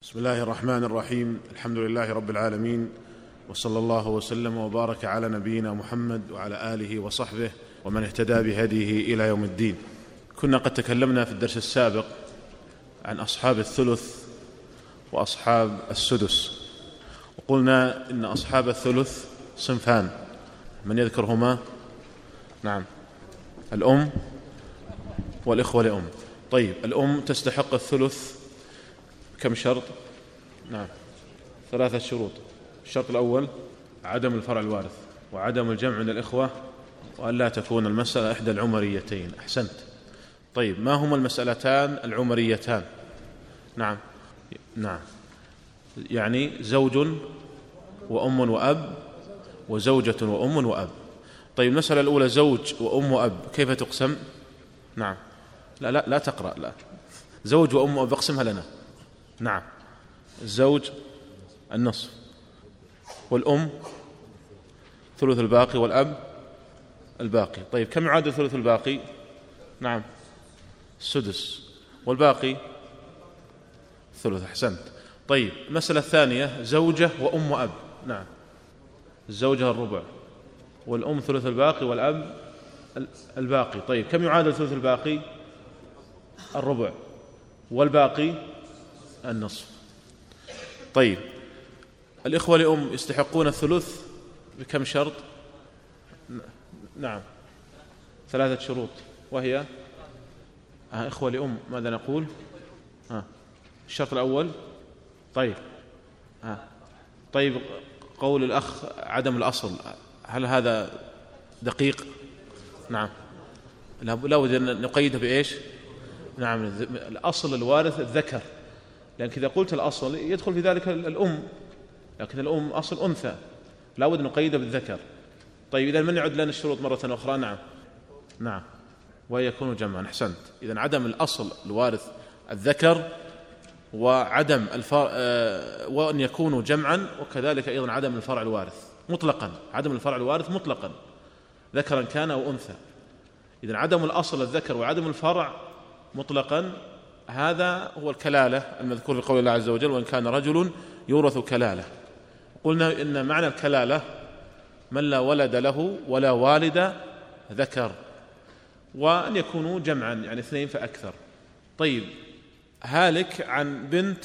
بسم الله الرحمن الرحيم. الحمد لله رب العالمين، وصلى الله وسلم وبارك على نبينا محمد وعلى آله وصحبه ومن اهتدى بهديه إلى يوم الدين. كنا قد تكلمنا في الدرس السابق عن أصحاب الثلث وأصحاب السدس، وقلنا إن أصحاب الثلث صنفان، من يذكرهما؟ نعم، الأم والإخوة لأم. طيب، الأم تستحق الثلث كم شرط؟ نعم، 3 شروط. الشرط الأول عدم الفرع الوارث، وعدم الجمع من الإخوة، وأن لا تكون المسألة إحدى العمريتين. أحسنت. طيب، ما هما المسألتان العمريتان؟ نعم، يعني زوج وأم وأب، وزوجة وأم وأب. طيب، المسألة الأولى زوج وأم وأب، كيف تقسم؟ نعم، لا تقرأ، لا. زوج وأم وأب اقسمها لنا. نعم، الزوج النصف، والأم ثلث الباقي، والأب الباقي. طيب، كم يعادل ثلث الباقي؟ نعم، السدس، والباقي ثلث. أحسنت. طيب، المسألة الثانية زوجة وأم وأب. نعم، الزوجة الربع، والأم ثلث الباقي، والأب الباقي. طيب، كم يعادل ثلث الباقي؟ الربع، والباقي النصف. طيب، الإخوة لأم يستحقون الثلث بكم شرط؟ نعم، 3 شروط، وهي إخوة لأم ماذا نقول؟ الشرط الأول. طيب، قول الأخ عدم الأصل، هل هذا دقيق؟ نعم، لا بد أن نقيده بإيش؟ نعم، الأصل الوارث الذكر، لأن إذا قلت الأصل يدخل في ذلك الأم، لكن الأم أصل أنثى، لا بد نقيده بالذكر. طيب، إذا من يعد لنا الشروط مرة أخرى؟ نعم، ويكون جمعا. أحسنت. إذن عدم الأصل الوارث الذكر، وعدم وأن يكونوا جمعا، وكذلك أيضا عدم الفرع الوارث مطلقا، عدم الفرع الوارث مطلقا ذكرا كان أو أنثى. إذن عدم الأصل الذكر وعدم الفرع مطلقا، هذا هو الكلالة المذكور في قول الله عز وجل: وإن كان رجل يورث كلالة. قلنا إن معنى الكلالة من لا ولد له ولا والد ذكر، وأن يكونوا جمعا، يعني 2 فأكثر. طيب، هالك عن بنت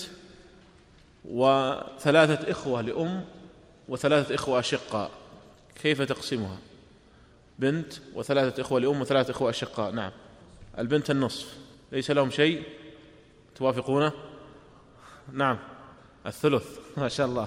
و3 إخوة لأم و3 إخوة أشقاء، كيف تقسمها؟ بنت و3 إخوة لأم و3 إخوة أشقاء. نعم، البنت النصف، ليس لهم شيء، توافقونه؟ نعم، الثلث. ما شاء الله.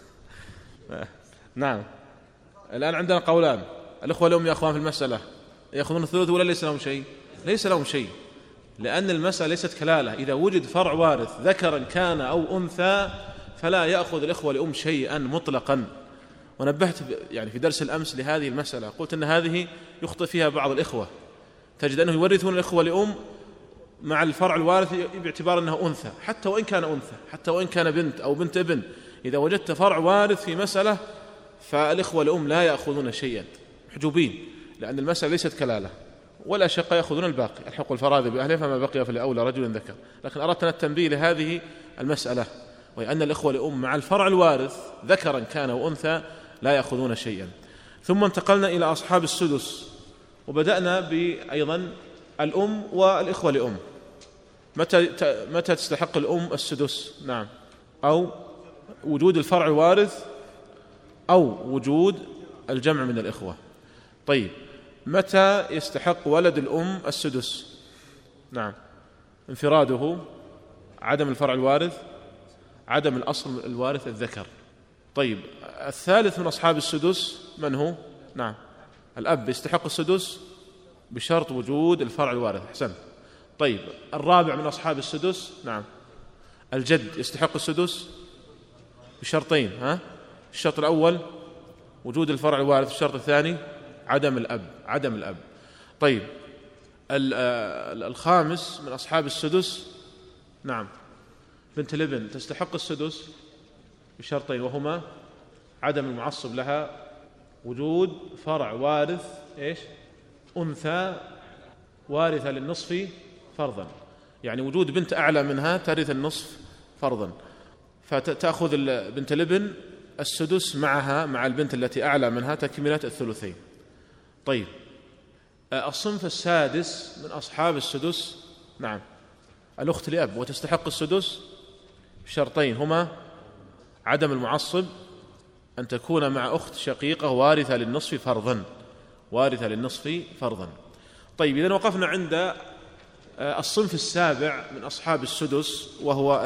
نعم، الآن عندنا قولان: الأخوة لأم يا أخوان في المسألة يأخذون الثلث ولا ليس لهم شيء؟ ليس لهم شيء، لأن المسألة ليست كلالة. إذا وجد فرع وارث ذكرا كان أو أنثى فلا يأخذ الإخوة لأم شيئا مطلقا. ونبهت يعني في درس الأمس لهذه المسألة، قلت أن هذه يخطئ فيها بعض الإخوة، تجد أنه يورثون الإخوة لأم مع الفرع الوارث باعتبار أنه أنثى، حتى وإن كان أنثى، حتى وإن كان بنت أو بنت ابن. إذا وجدت فرع وارث في مسألة فالإخوة لأم لا يأخذون شيئا، محجوبين، لأن المسألة ليست كلالة. ولا شق يأخذون الباقي، الحق والفرائض بأهله، فما بقي فلأولى رجل ذكر. لكن أردنا التنبيه لهذه المسألة، وهي أن الإخوة لأم مع الفرع الوارث ذكرا كان أو أنثى لا يأخذون شيئا. ثم انتقلنا إلى أصحاب السدس، وبدأنا بأيضا الأم والإخوة لأم. متى تستحق الأم السدس؟ نعم، أو وجود الفرع الوارث، أو وجود الجمع من الإخوة. طيب، متى يستحق ولد الأم السدس؟ نعم، انفراده، عدم الفرع الوارث، عدم الأصل الوارث الذكر. طيب، الثالث من أصحاب السدس من هو؟ نعم، الأب يستحق السدس بشرط وجود الفرع الوارث. أحسن. طيب، الرابع من أصحاب السدس؟ نعم، الجد يستحق السدس بشرطين. الشرط الأول وجود الفرع الوارث، الشرط الثاني عدم الأب. طيب، الخامس من أصحاب السدس؟ نعم، بنت الابن تستحق السدس بشرطين، وهما عدم المعصب لها، وجود فرع وارث أنثى وارثة للنصف فرضا، يعني وجود بنت أعلى منها ترث النصف فرضا. فتأخذ بنت الابن السدس معها مع البنت التي أعلى منها تكملة الثلثين. طيب، الصنف السادس من أصحاب السدس، نعم، الأخت لأب، وتستحق السدس بشرطين هما عدم المعصب، أن تكون مع أخت شقيقة وارثة للنصف فرضا، وارثة للنصف فرضا. طيب، إذن وقفنا عند الصنف السابع من أصحاب السدس وهو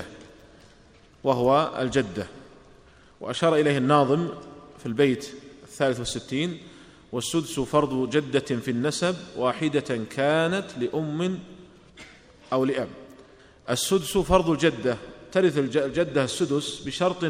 الجدة، وأشار إليه الناظم في البيت 63: والسدس فرض جدة في النسب واحدة كانت لأم أو لأب. السدس فرض الجدة، ترث الجدة السدس بشرط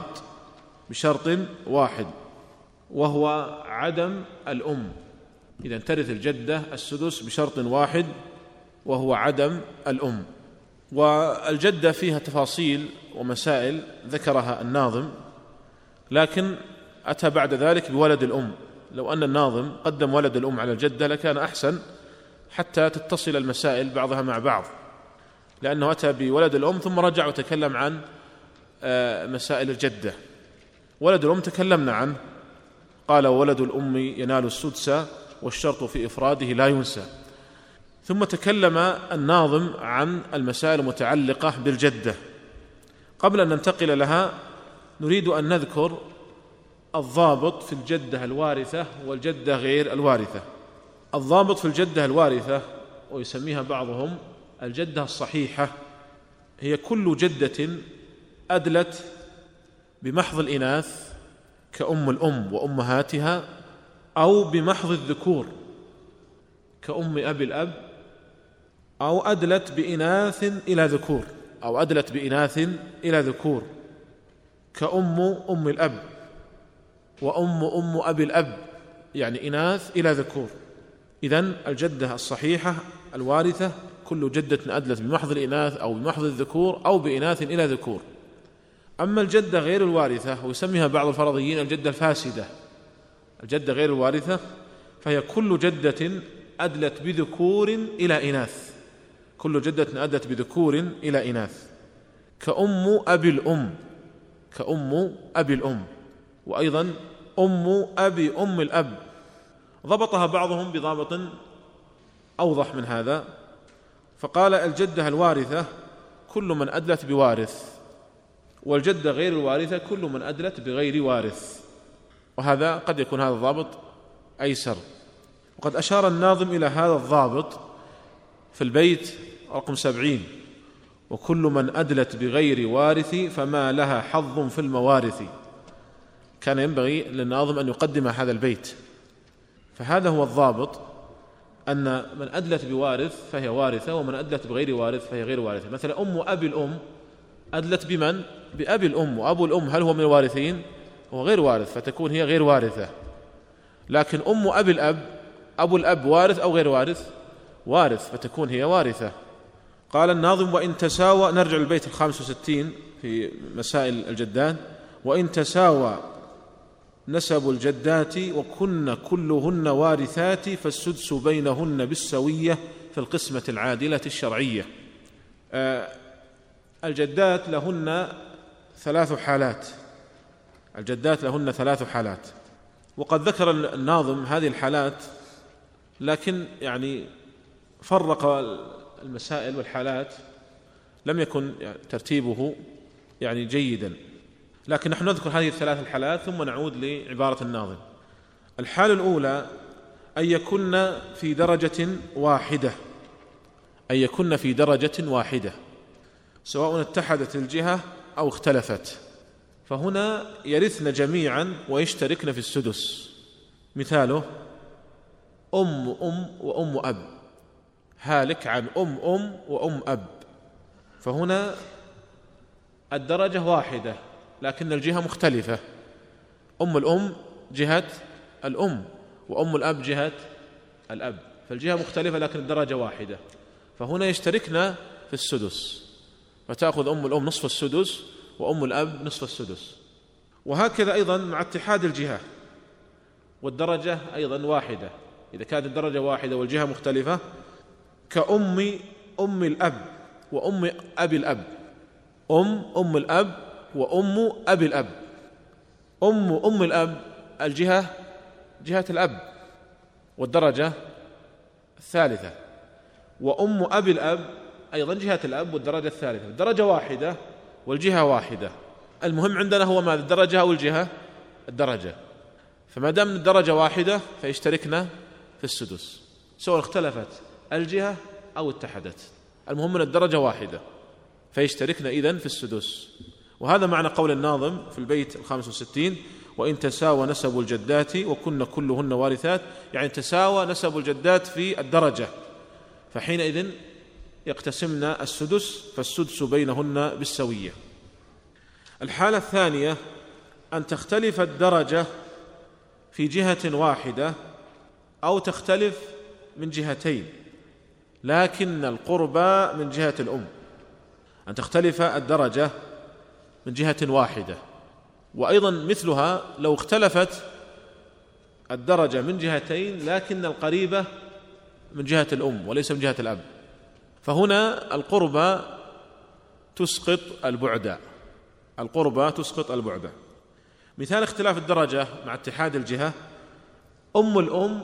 واحد وهو عدم الأم. إذن ترث الجدة السدس بشرط واحد وهو عدم الأم. والجدة فيها تفاصيل ومسائل ذكرها الناظم، لكن أتى بعد ذلك بولد الأم. لو أن الناظم قدم ولد الأم على الجدة لكان أحسن حتى تتصل المسائل بعضها مع بعض، لأنه أتى بولد الأم ثم رجع وتكلم عن مسائل الجدة. ولد الأم تكلمنا عنه، قال: ولد الأم ينال السدس والشرط في إفراده لا ينسى. ثم تكلم الناظم عن المسائل المتعلقة بالجدة. قبل أن ننتقل لها نريد أن نذكر الضابط في الجدة الوارثة والجدة غير الوارثة. الضابط في الجدة الوارثة، ويسميها بعضهم الجدة الصحيحة، هي كل جدة أدلت بمحض الإناث كأم الأم وأمهاتها، أو بمحض الذكور كأم أبي الأب، أو أدلت بإناث إلى ذكور كأم الأب وأم أبي الأب، يعني إناث إلى ذكور. إذن الجدة الصحيحة الوارثة كل جدة أدلت بمحض الإناث أو بمحض الذكور أو بإناث إلى ذكور. أما الجدة غير الوارثة، ويسميها بعض الفرضيين الجدة الفاسدة، الجدة غير الوارثة فهي كل جدة أدلت بذكور إلى إناث، كل جدة أدلت بذكور إلى إناث كأم أبي الأم، وأيضا أم أبي أم الأب. ضبطها بعضهم بضابط أوضح من هذا، فقال: الجدة الوارثة كل من أدلت بوارث، والجدة غير الوارثة كل من أدلت بغير وارث. وهذا قد يكون هذا الضابط أيسر. وقد أشار الناظم إلى هذا الضابط في البيت رقم 70: وكل من أدلت بغير وارث فما لها حظ في الموارث. كان ينبغي للناظم أن يقدم هذا البيت، فهذا هو الضابط، أن من أدلت بوارث فهي وارثة، ومن أدلت بغير وارث فهي غير وارثة. مثلا أم أبي الأم أدلت بمن؟ بأبي الأم، وأبو الأم هل هو من الوارثين؟ هو غير وارث، فتكون هي غير وارثة. لكن أم أبي الأب، أبو الأب وارث أو غير وارث؟ وارث، فتكون هي وارثة. قال الناظم: وإن تساوى، نرجع للبيت 65 في مسائل الجدات: وإن تساوى نسب الجدات وكن كلهن وارثات فالسدس بينهن بالسوية في القسمة العادلة الشرعية. الجدات لهن 3 حالات، الجدات لهن 3 حالات، وقد ذكر الناظم هذه الحالات، لكن يعني فرق المسائل والحالات، لم يكن ترتيبه يعني جيدا، لكن نحن نذكر هذه ال3 الحالات ثم نعود لعبارة الناظم. الحالة الأولى أن يكن في درجة واحدة، أن يكن في درجة واحدة سواء اتحدت الجهة أو اختلفت، فهنا يرثن جميعا ويشتركن في السدس. مثاله: أم وأم أب، هالك عن أم وأم أب، فهنا الدرجة واحدة لكن الجهة مختلفة. أم الأم جهة الأم، وأم الأب جهة الأب، فالجهة مختلفة لكن الدرجة واحدة، فهنا يشتركن في السدس، فتأخذ أم الأم نصف السدس وأم الأب نصف السدس. وهكذا أيضا مع اتحاد الجهة والدرجة أيضا واحدة، إذا كانت الدرجة واحدة والجهة مختلفة، كأم الأب وأم أبي الأب، أم الأب وأم أبي الأب. أم الأب الجهة جهة الأب والدرجة الثالثة، وأم أبي الأب أيضا جهة الأب والدرجة الثالثة، الدرجة واحدة والجهة واحدة. المهم عندنا هو ماذا؟ الدرجة أو الجهة؟ الدرجة. فما دام الدرجة واحدة فيشتركنا في السدس سواء اختلفت الجهة أو اتحدت، المهم من الدرجة واحدة فيشتركنا إذن في السدس. وهذا معنى قول الناظم في البيت 65: وإن تساوى نسب الجدات وكن كلهن وارثات، يعني تساوى نسب الجدات في الدرجة، فحينئذ يقتسمن السدس، فالسدس بينهن بالسوية. الحالة الثانية أن تختلف الدرجة في جهة واحدة أو تختلف من جهتين لكن القربى من جهة الأم. أن تختلف الدرجة من جهة واحدة، وأيضا مثلها لو اختلفت الدرجة من جهتين لكن القريبة من جهة الأم وليس من جهة الأب، فهنا القربى تسقط البعد. القربى تسقط البعد. مثال اختلاف الدرجة مع اتحاد الجهة: أم الأم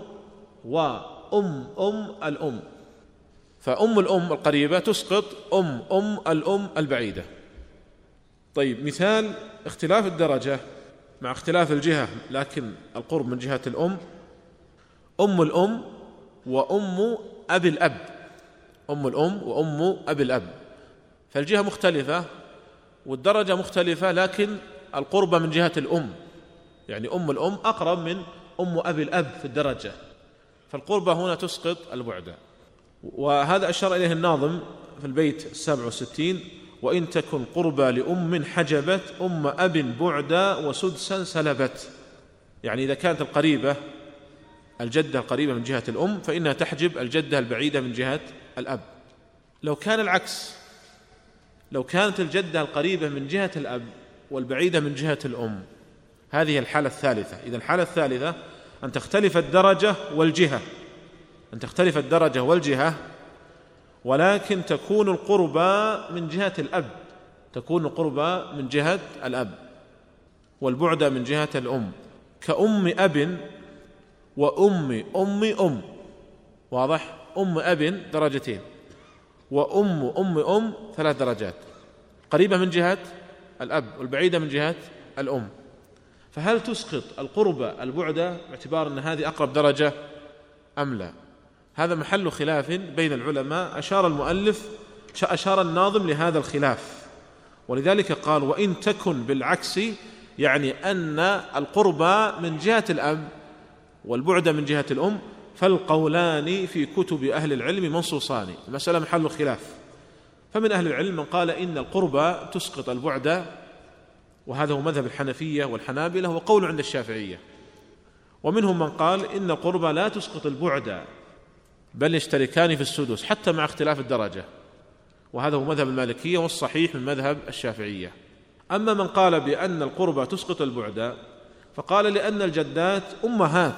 وأم الأم، فأم الأم القريبة تسقط أم الأم البعيدة. طيب، مثال اختلاف الدرجة مع اختلاف الجهة لكن القرب من جهة الأم: أم الأم وأم أبي الأب. أم الأم وأم أبي الأب، فالجهة مختلفة والدرجة مختلفة لكن القرب من جهة الأم، يعني أم الأم أقرب من أم أبي الأب في الدرجة، فالقربة هنا تسقط البعد. وهذا أشار إليه الناظم في البيت 67: وإن تكن قربى لأم حجبت أم أب بعدا وسدسا سلبت، يعني إذا كانت القريبة الجدة القريبة من جهة الأم فإنها تحجب الجدة البعيدة من جهة الأب. لو كان العكس، لو كانت الجدة القريبة من جهة الأب والبعيدة من جهة الأم، هذه الحالة الثالثة. إذن الحالة الثالثة أن تختلف الدرجة والجهة، أن تختلف الدرجة والجهة ولكن تكون القربى من جهة الأب، تكون القربى من جهة الأب والبعد من جهة الأم، كأم أب وأم. واضح؟ أم أب درجتين وأم 3 درجات، قريبة من جهة الأب والبعيدة من جهة الأم. فهل تسقط القربة البعدة باعتبار أن هذه أقرب درجة أم لا؟ هذا محل خلاف بين العلماء. أشار الناظم لهذا الخلاف، ولذلك قال: وإن تكن بالعكس، يعني أن القربة من جهة الأب والبعد من جهة الأم، فالقولان في كتب أهل العلم منصوصان. المسألة محل خلاف، فمن أهل العلم من قال إن القربة تسقط البعد، وهذا هو مذهب الحنفية والحنابلة وقول عند الشافعية، ومنهم من قال إن القربة لا تسقط البعد بل يشتركان في السدس حتى مع اختلاف الدرجة، وهذا هو مذهب المالكية والصحيح من مذهب الشافعية. أما من قال بأن القربة تسقط البعد فقال لأن الجدات أمهات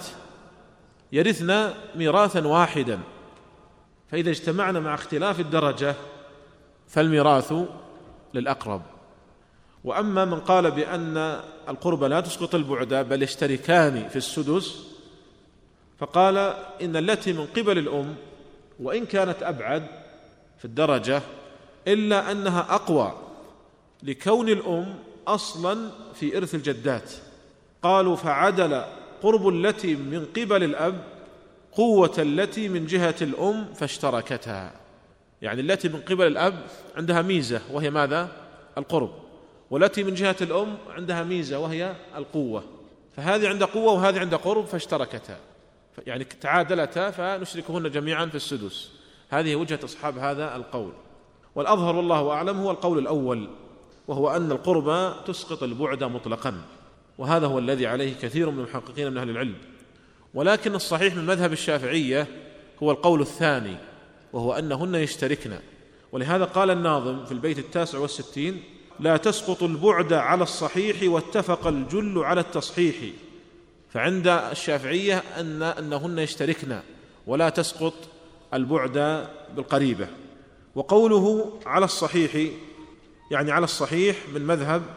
يرثن ميراثا واحدا، فإذا اجتمعنا مع اختلاف الدرجة فالميراث للأقرب. وأما من قال بأن القربة لا تسقط البعد بل يشتركان في السدس فقال إن التي من قبل الأم وإن كانت أبعد في الدرجة إلا أنها أقوى لكون الأم أصلا في إرث الجدات. قالوا: فعدل قرب التي من قبل الأب قوة التي من جهة الأم فاشتركتها، يعني التي من قبل الأب عندها ميزة وهي ماذا؟ القرب، والتي من جهة الأم عندها ميزة وهي القوة، فهذه عندها قوة وهذه عندها قرب فاشتركتا، يعني تعادلتا فنشركهن جميعا في السدس. هذه وجهة أصحاب هذا القول، والأظهر والله أعلم هو القول الأول، وهو أن القربى تسقط البعد مطلقا، وهذا هو الذي عليه كثير من المحققين من أهل العلم. ولكن الصحيح من مذهب الشافعية هو القول الثاني، وهو أنهن يشتركن، ولهذا قال الناظم في البيت 69: لا تسقط البعد على الصحيح واتفق الجل على التصحيح. فعند الشافعية أنهن يشتركن ولا تسقط البعد بالقريبة. وقوله على الصحيح يعني على الصحيح من مذهب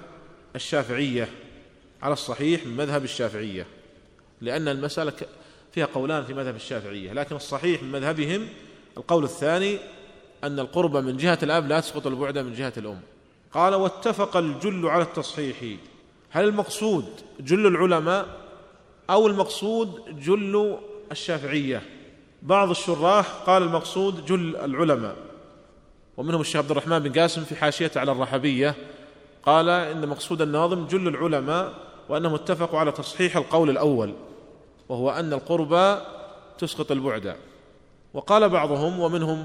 الشافعية على الصحيح من مذهب الشافعية، لأن المسألة فيها قولان في مذهب الشافعية، لكن الصحيح من مذهبهم القول الثاني أن القرب من جهة الأب لا تسقط البعد من جهة الأم. قال: واتفق الجل على التصحيح. هل المقصود جل العلماء أو المقصود جل الشافعية؟ بعض الشراح قال المقصود جل العلماء، ومنهم الشيخ عبد الرحمن بن قاسم في حاشيته على الرحبية قال إن مقصود الناظم جل العلماء، وأنهم اتفقوا على تصحيح القول الأول وهو أن القربى تسقط البعد. وقال بعضهم ومنهم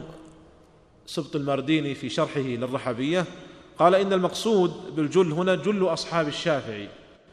سبط المارديني في شرحه للرحبية قال إن المقصود بالجل هنا جل أصحاب الشافعي،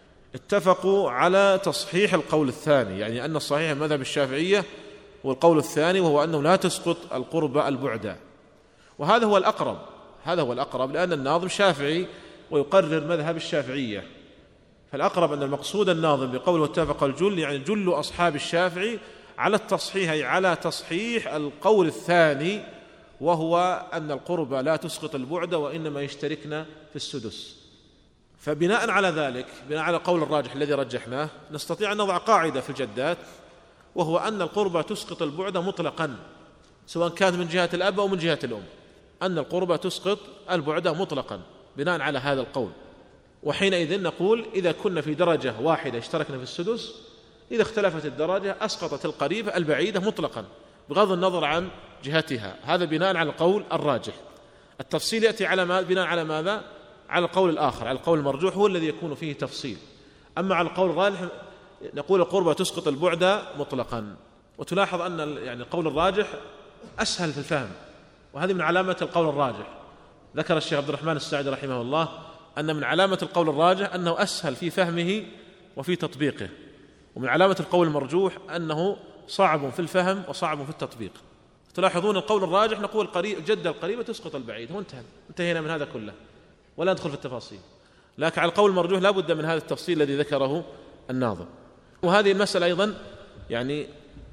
اتفقوا على تصحيح القول الثاني، يعني أن الصحيح مذهب الشافعية والقول الثاني وهو أنه لا تسقط القربى البعد. وهذا هو الأقرب، هذا هو الأقرب، لأن الناظم شافعي ويقرر مذهب الشافعية، فالأقرب أن المقصود الناظم بقول واتفق الجل يعني جل أصحاب الشافعي على التصحيح، أي على تصحيح القول الثاني وهو أن القربى لا تسقط البعد وإنما يشتركن في السدس. فبناء على ذلك، بناء على القول الراجح الذي رجحناه، نستطيع أن نضع قاعدة في الجدات، وهو أن القربى تسقط البعد مطلقا سواء كانت من جهة الأب أو من جهة الأم، أن القربى تسقط البعد مطلقا بناء على هذا القول. وحينئذ نقول إذا كنا في درجة واحدة اشتركنا في السدس، إذا اختلفت الدرجة أسقطت القريبة البعيدة مطلقا بغض النظر عن جهتها. هذا بناء على القول الراجح. التفصيل يأتي على بناء على ماذا؟ على القول الآخر، على القول المرجوح هو الذي يكون فيه تفصيل. أما على القول الراجح نقول القربى تسقط البعد مطلقا. وتلاحظ أن يعني القول الراجح أسهل في الفهم، وهذه من علامة القول الراجح. ذكر الشيخ عبد الرحمن الساعدي رحمه الله أن من علامة القول الراجح أنه أسهل في فهمه وفي تطبيقه، ومن علامة القول المرجوح أنه صعب في الفهم وصعب في التطبيق. تلاحظون القول الراجح نقول جد القريبة تسقط البعيد، انتهينا من هذا كله ولا ندخل في التفاصيل. لكن على القول المرجوح لا بد من هذا التفصيل الذي ذكره الناظم. وهذه المسألة أيضا يعني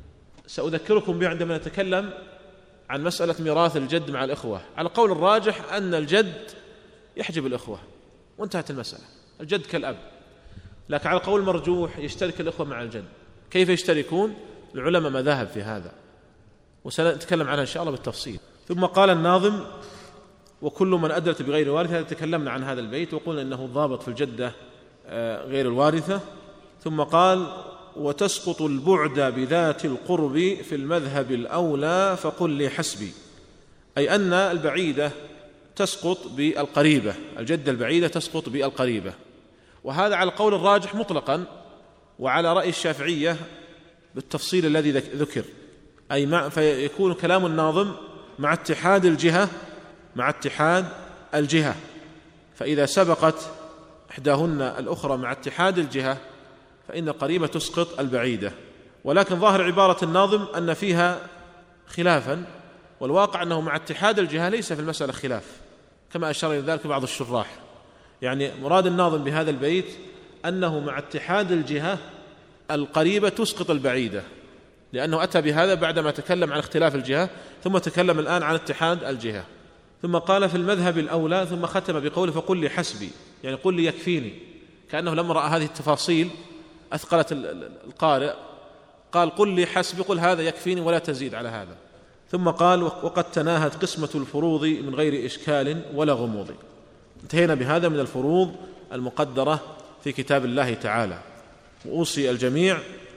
سأذكركم بها عندما نتكلم عن مسألة ميراث الجد مع الإخوة. على القول الراجح أن الجد يحجب الإخوة وانتهت المسألة، الجد كالأب. لكن على القول المرجوح يشترك الإخوة مع الجد. كيف يشتركون؟ العلماء مذاهب في هذا وسنتكلم عنها إن شاء الله بالتفصيل. ثم قال الناظم: وكل من أدرت بغير وارثة. هذا تكلمنا عن هذا البيت وقلنا إنه ضابط في الجدة غير الوارثة. ثم قال: وتسقط البعد بذات القرب في المذهب الأولى فقل لي حسبي، أي أن البعيدة تسقط بالقريبة، الجدة البعيدة تسقط بالقريبة. وهذا على القول الراجح مطلقا، وعلى رأي الشافعية بالتفصيل الذي ذكر، أي فيكون كلام الناظم مع اتحاد الجهة، مع اتحاد الجهة، فإذا سبقت إحداهن الأخرى مع اتحاد الجهة فإن القريبة تسقط البعيدة. ولكن ظاهر عبارة الناظم أن فيها خلافا، والواقع أنه مع اتحاد الجهة ليس في المسألة خلاف كما أشار إلى ذلك بعض الشراح. يعني مراد الناظم بهذا البيت أنه مع اتحاد الجهة القريبة تسقط البعيدة، لأنه أتى بهذا بعدما تكلم عن اختلاف الجهة ثم تكلم الآن عن اتحاد الجهة. ثم قال في المذهب الأولى، ثم ختم بقوله فقل لي حسبي، يعني قل لي يكفيني، كأنه لما رأى هذه التفاصيل أثقلت القارئ قال قل لي حسبي، قل هذا يكفيني ولا تزيد على هذا. ثم قال وقد تناهت قسمة الفروض من غير إشكال ولا غموض. انتهينا بهذا من الفروض المقدرة في كتاب الله تعالى. وأوصي الجميع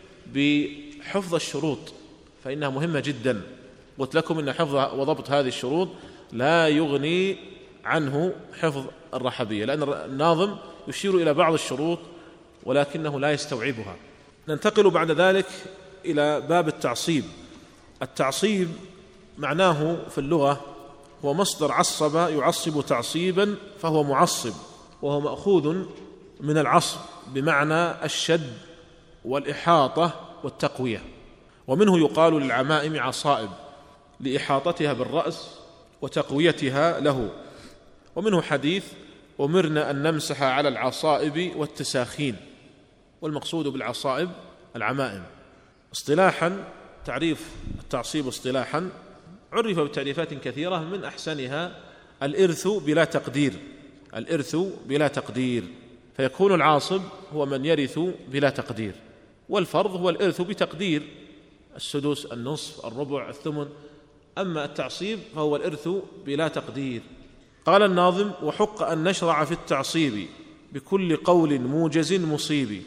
بحفظ الشروط فإنها مهمة جدا. قلت لكم إن حفظ وضبط هذه الشروط لا يغني عنه حفظ الرحبية، لأن الناظم يشير إلى بعض الشروط ولكنه لا يستوعبها. ننتقل بعد ذلك إلى باب التعصيب. التعصيب معناه في اللغة هو مصدر عصب يعصب تعصيبا فهو معصب، وهو مأخوذ من العصب بمعنى الشد والإحاطة والتقوية. ومنه يقال للعمائم عصائب لإحاطتها بالرأس وتقويتها له. ومنه حديث أمرنا أن نمسح على العصائب والتساخين، والمقصود بالعصائب العمائم. اصطلاحا تعريف التعصيب اصطلاحا عرف بتعريفات كثيرة، من أحسنها الإرث بلا تقدير. الإرث بلا تقدير فيكون العاصب هو من يرث بلا تقدير، والفرض هو الإرث بتقدير، السدس، النصف، الربع، الثمن. أما التعصيب فهو الإرث بلا تقدير. قال الناظم: وحق أن نشرع في التعصيب بكل قول موجز مصيب.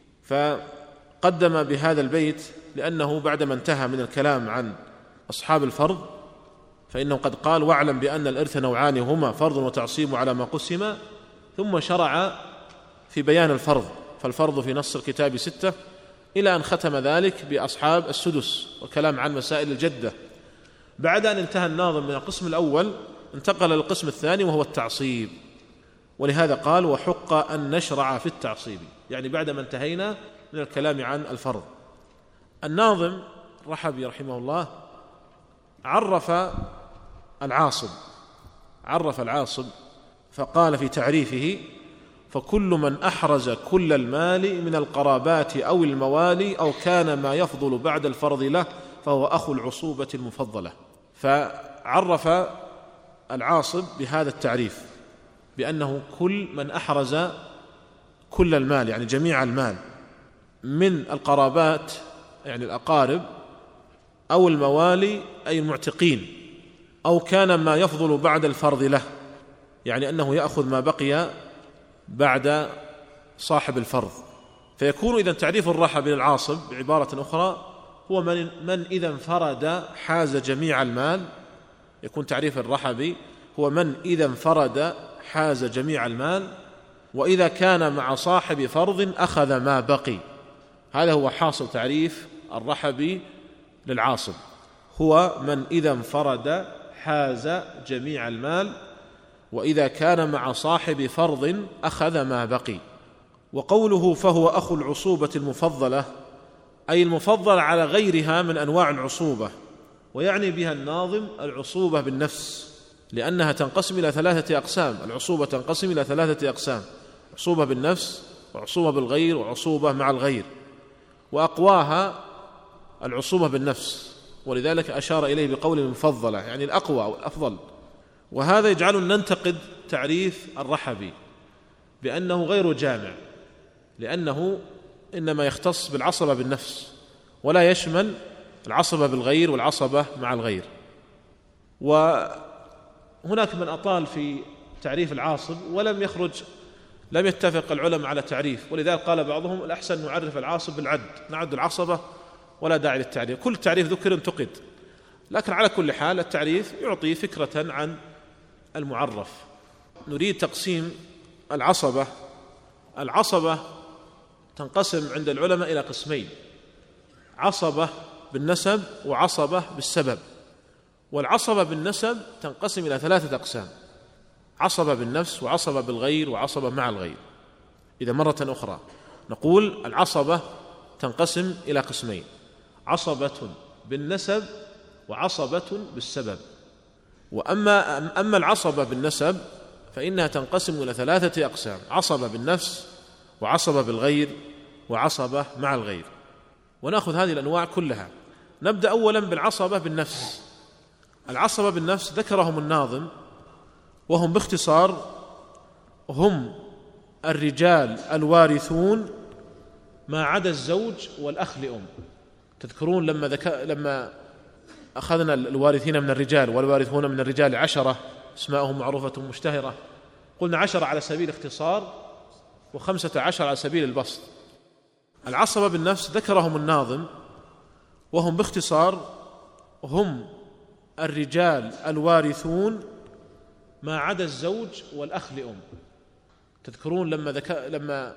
فقدم بهذا البيت لأنه بعدما انتهى من الكلام عن أصحاب الفرض، فإنه قد قال: واعلم بأن الإرث نوعان هما فرض وتعصيب على ما قسم، ثم شرع في بيان الفرض، فالفرض في نص الكتاب 6، إلى أن ختم ذلك بأصحاب السدس والكلام عن مسائل الجدة. بعد أن انتهى الناظم من القسم الأول انتقل للقسم الثاني وهو التعصيب، ولهذا قال: وحق أن نشرع في التعصيب، يعني بعدما انتهينا من الكلام عن الفرض. الناظم الرحبي رحمه الله عرف العاصب فقال في تعريفه: فكل من أحرز كل المال من القرابات أو الموالي أو كان ما يفضل بعد الفرض له فهو أخو العصوبة المفضلة. فعرف العاصب بهذا التعريف بأنه كل من أحرز كل المال، يعني جميع المال، من القرابات يعني الأقارب، أو الموالي أي المعتقين، أو كان ما يفضل بعد الفرض له، يعني أنه يأخذ ما بقي بعد صاحب الفرض. فيكون إذن تعريف الرحب للعاصب بعبارة أخرى هو من إذا انفرد حاز جميع المال. يكون تعريف الرحبي هو من إذا انفرد حاز جميع المال، وإذا كان مع صاحب فرض أخذ ما بقي. هذا هو حاصل تعريف الرحبي للعاصب، هو من إذا انفرد حاز جميع المال، وإذا كان مع صاحب فرض أخذ ما بقي. وقوله فهو أخو العصوبة المفضلة أي المفضل على غيرها من أنواع العصوبة، ويعني بها الناظم العصوبة بالنفس، لأنها تنقسم إلى 3 أقسام. العصوبة تنقسم إلى 3 أقسام: عصوبة بالنفس، وعصوبة بالغير، وعصوبة مع الغير. وأقواها العصوبة بالنفس، ولذلك أشار إليه بقول المفضلة، يعني الأقوى أو الأفضل. وهذا يجعلنا ننتقد تعريف الرحبي بأنه غير جامع، لأنه إنما يختص بالعصبة بالنفس ولا يشمل العصبة بالغير والعصبة مع الغير. وهناك من أطال في تعريف العاصب لم يتفق العلماء على تعريف، ولذلك قال بعضهم الأحسن نعرف العاصب بالعد، نعد العصبة ولا داعي للتعريف، كل تعريف ذكر انتقد. لكن على كل حال التعريف يعطي فكرة عن المعرف. نريد تقسيم العصبة. العصبة تنقسم عند العلماء إلى قسمين: عصبة بالنسب وعصبة بالسبب. والعصبة بالنسب تنقسم إلى 3 أقسام: عصبة بالنفس، وعصبة بالغير، وعصبة مع الغير. إذا مرة أخرى نقول العصبة تنقسم إلى قسمين: عصبة بالنسب وعصبة بالسبب. وأما العصبة بالنسب فإنها تنقسم إلى 3 أقسام: عصبة بالنفس، وعصبة بالغير، وعصبة مع الغير. ونأخذ هذه الأنواع كلها. نبدأ أولا بالعصبة بالنفس. العصبة بالنفس ذكرهم الناظم، وهم باختصار هم الرجال الوارثون ما عدا الزوج والأخ لأم. تذكرون لما أخذنا الوارثين من الرجال والوارثون من الرجال 10 اسماءهم معروفة مشتهرة، قلنا 10 على سبيل الاختصار و15 على سبيل البسط. العصبة بالنفس ذكرهم الناظم، وهم باختصار هم الرجال الوارثون ما عدا الزوج والأخ لأم. تذكرون لما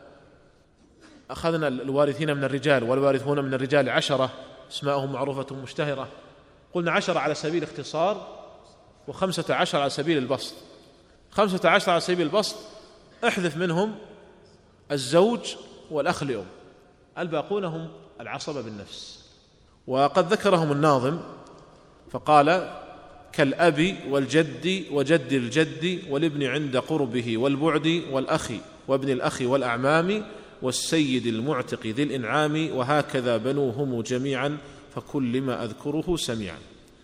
أخذنا الوارثين من الرجال والوارثون من الرجال 10 اسماءهم معروفة مشتهرة، قلنا 10 على سبيل الاختصار و15 على سبيل البسط. 15 على سبيل البسط احذف منهم الزوج والأخ لأم، الباقون هم العصبة بالنفس. وقد ذكرهم الناظم فقال: كالأب والجد وجد الجد والابن عند قربه والبعد والأخ وابن الأخ والأعمام والسيد المعتق ذي الإنعام وهكذا بنوهم جميعا فكل ما أذكره سميعا.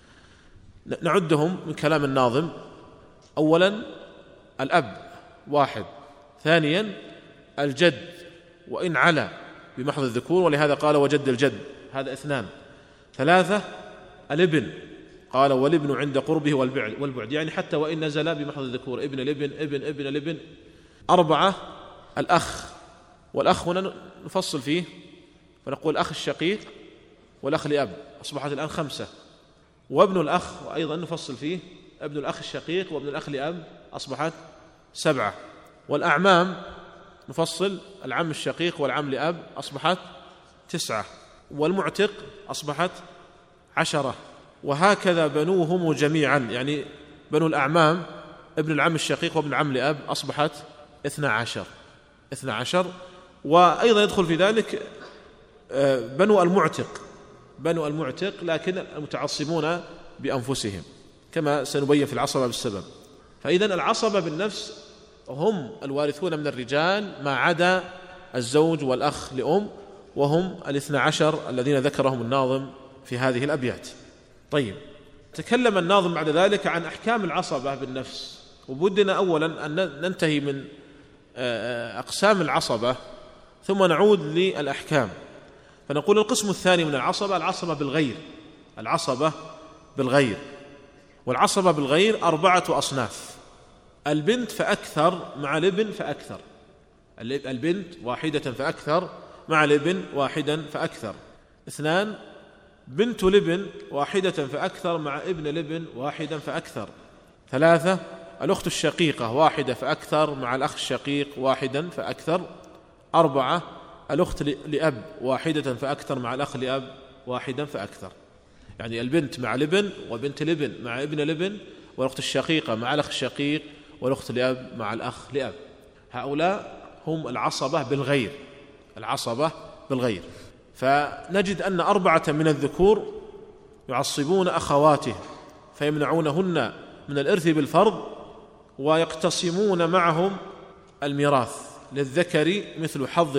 نعدهم من كلام الناظم: أولا الأب 1، ثانيا الجد وإن علا بمحض الذكور، ولهذا قال وجد الجد، هذا 2. 3 الابن، قال والابن عند قربه والبعد، يعني حتى وإن نزل بمحض الذكور، ابن الابن ابن الابن. 4 الأخ، والأخ هنا نفصل فيه فنقول الأخ الشقيق والأخ لأب، أصبحت الآن 5. وابن الأخ، وأيضا نفصل فيه ابن الأخ الشقيق وابن الأخ لأب، أصبحت 7. والأعمام نفصل العم الشقيق والعم لأب، أصبحت 9. والمعتق أصبحت 10. وهكذا بنوهم جميعا، يعني بنو الأعمام ابن العم الشقيق وابن العم لأب أصبحت 12. وأيضا يدخل في ذلك بنو المعتق لكن المتعصبون بأنفسهم، كما سنبين في العصبة بالسبب. فإذا العصبة بالنفس هم الوارثون من الرجال ما عدا الزوج والأخ لأم، وهم 12 الذين ذكرهم الناظم في هذه الأبيات. طيب، تكلم الناظم بعد ذلك عن أحكام العصبة بالنفس، وبدنا أولا أن ننتهي من أقسام العصبة ثم نعود للأحكام. فنقول القسم الثاني من العصبة العصبة بالغير. والعصبة بالغير 4 أصناف: البنت فأكثر مع الابن فأكثر، البنت واحدة فأكثر مع الابن واحدا فأكثر. 2 بنت الابن واحدة فأكثر مع ابن الابن واحدا فأكثر. 3 الأخت الشقيقة واحدة فأكثر مع الأخ الشقيق واحدا فأكثر. 4 الأخت لأب واحدة فأكثر مع الأخ لأب واحدا فأكثر، يعني البنت مع الابن وبنت الابن مع ابن الابن، والأخت الشقيقة مع الأخ الشقيق، والأخت لأب مع الأخ لأب. هؤلاء هم العصبة بالغير. فنجد أن 4 من الذكور يعصبون أخواته فيمنعونهن من الإرث بالفرض، ويقتسمون معهم الميراث للذكر مثل حظ